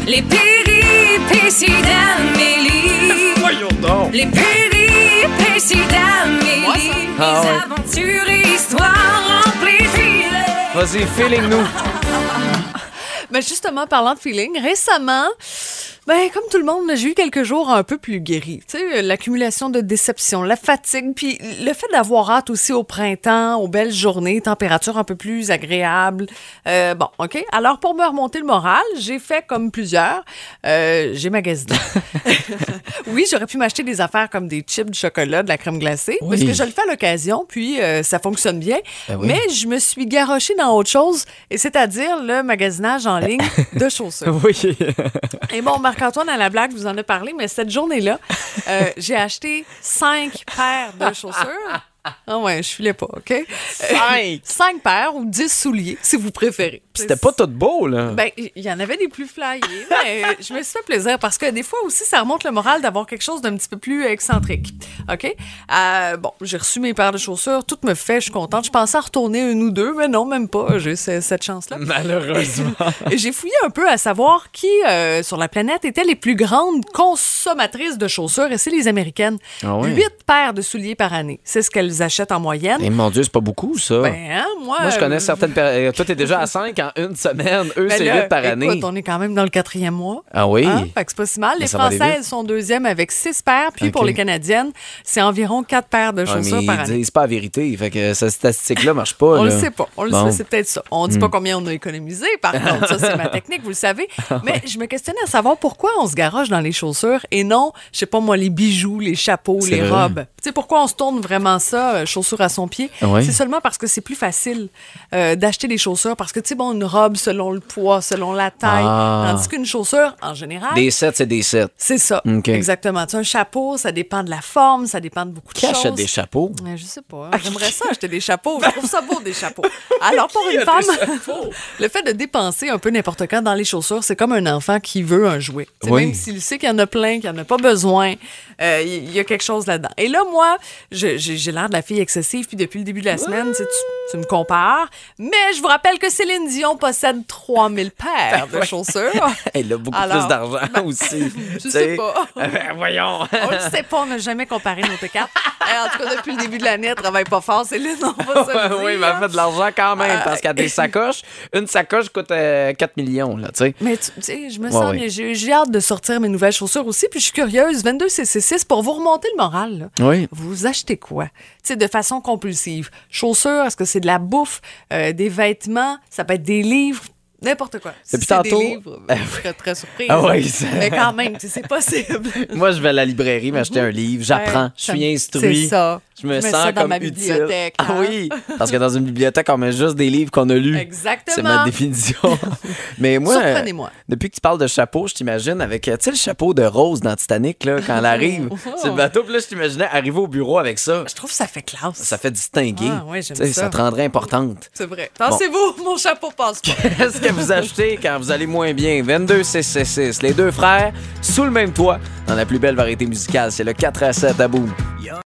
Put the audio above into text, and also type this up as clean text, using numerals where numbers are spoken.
Les péripéties d'Amélie. Voyons donc. Les péripéties d'Amélie. Ah Les ouais. aventures et histoires remplies de filets. Vas-y, feeling-nous. Ben justement, parlant de feeling, récemment, comme tout le monde, j'ai eu quelques jours un peu plus guéris. Tu sais, l'accumulation de déceptions, la fatigue, puis le fait d'avoir hâte aussi au printemps, aux belles journées, température un peu plus agréable. Bon, OK. Alors, pour me remonter le moral, j'ai fait comme plusieurs. J'ai magasiné. Oui, j'aurais pu m'acheter des affaires comme des chips, du chocolat, de la crème glacée, Oui. parce que je le fais à l'occasion, puis ça fonctionne bien. Ben oui. Mais je me suis garochée dans autre chose, et c'est-à-dire le magasinage en ligne de chaussures. Oui. Et bon, Marc-Antoine, à la blague, vous en a parlé, mais cette journée-là, j'ai acheté 5 paires de chaussures. Ah ouais, je filais pas, OK? 5 paires ou 10 souliers, si vous préférez. C'était pas tout beau, là. Ben, il y en avait des plus flyés, mais je me suis fait plaisir parce que des fois aussi, ça remonte le moral d'avoir quelque chose d'un petit peu plus excentrique. OK? Bon, j'ai reçu mes paires de chaussures, tout me fait, je suis contente. Je pensais en retourner une ou deux, mais non, même pas. J'ai cette chance-là. Malheureusement. Et j'ai fouillé un peu à savoir qui, sur la planète, étaient les plus grandes consommatrices de chaussures, et c'est les Américaines. Ah ouais? 8 paires de souliers par année. C'est ce qu'elles achètent en moyenne. Eh, mon Dieu, c'est pas beaucoup, ça. Moi, Moi, je connais certaines personnes. Toi, t'es déjà à 5 en une semaine. Eux, c'est 8 par année. Écoute, on est quand même dans le 4e mois. Ah oui? Fait que c'est pas si mal. Mais Les ça va aller Françaises sont 2e avec 6 paires. Puis pour OK. les Canadiennes, c'est environ 4 paires de Ah, chaussures mais par ils année. disent pas la vérité. Fait que cette statistique-là marche pas. On là. le sait pas. On le Bon. sait, c'est peut-être ça. On dit pas combien on a économisé, par contre. Ça, c'est ma technique, vous le savez. Mais je me questionnais à savoir pourquoi on se garoche dans les chaussures et non, je sais pas moi, les bijoux, les chapeaux, C'est les vrai. robes. Tu sais, pourquoi on se tourne vraiment ça, chaussures à son pied? Oui. C'est seulement parce que c'est plus facile d'acheter des chaussures parce que, tu sais, bon, une robe selon le poids, selon la taille, Ah. tandis qu'une chaussure, en général, Des 7, c'est des 7. c'est ça. OK. Exactement. Tu sais, un chapeau, ça dépend de la forme, ça dépend de beaucoup de Qui choses. achète des chapeaux? Je sais pas. J'aimerais ça acheter des chapeaux. Je trouve ça beau, des chapeaux. Alors, pour une femme, le fait de dépenser un peu n'importe quand dans les chaussures, c'est comme un enfant qui veut un jouet. Tu sais, Oui. Même s'il sait qu'il y en a plein, qu'il n'y en a pas besoin, il y a quelque chose là-dedans. Et là, moi, j'ai l'air de la fille excessive, puis depuis le début de la semaine, tu me compares. Mais je vous rappelle que Céline Dion possède 3000 paires de chaussures. Elle a beaucoup Alors, plus d'argent aussi. Je sais pas. Voyons. On le sait pas, on n'a jamais comparé nos T4. En tout cas, depuis le début de l'année, elle travaille pas fort, Céline, on va se le dire. Oui, mais elle fait de l'argent quand même parce qu'elle a des sacoches. Une sacoche coûte 4 millions, là, tu sais. Mais tu sais, je me sens ouais. bien. J'ai hâte de sortir mes nouvelles chaussures aussi, puis je suis curieuse. 22CC6, pour vous remonter le moral, là, Oui. vous achetez quoi? Tu sais, de façon compulsive. Chaussures, est-ce que c'est de la bouffe, des vêtements, ça peut être des livres, n'importe quoi. Si Depuis c'est tantôt- des livres, je serais très surprise. Ah oui, ça- Mais quand même, tu sais, c'est possible. Moi, je vais à la librairie m'acheter un livre, j'apprends, Ouais, je suis instruit. C'est ça. Je me mets sens ça dans comme ma utile. bibliothèque. Ah hein? oui, parce que dans une bibliothèque, on met juste des livres qu'on a lus. Exactement. C'est ma définition. Mais moi, Surprenez-moi. depuis que tu parles de chapeau, je t'imagine avec, tu sais, le chapeau de Rose dans Titanic, là, quand elle arrive sur le bateau, puis là, je t'imaginais arriver au bureau avec ça. Je trouve que ça fait classe. Ça fait distinguer. Ah, ouais, j'aime Tu sais, ça. ça te rendrait importante. C'est vrai. Pensez-vous, mon chapeau passe pas. Qu'est-ce que vous achetez quand vous allez moins bien? 22-6-6-6. Les deux frères, sous le même toit, dans la plus belle variété musicale. C'est le 4 à 7 à boum.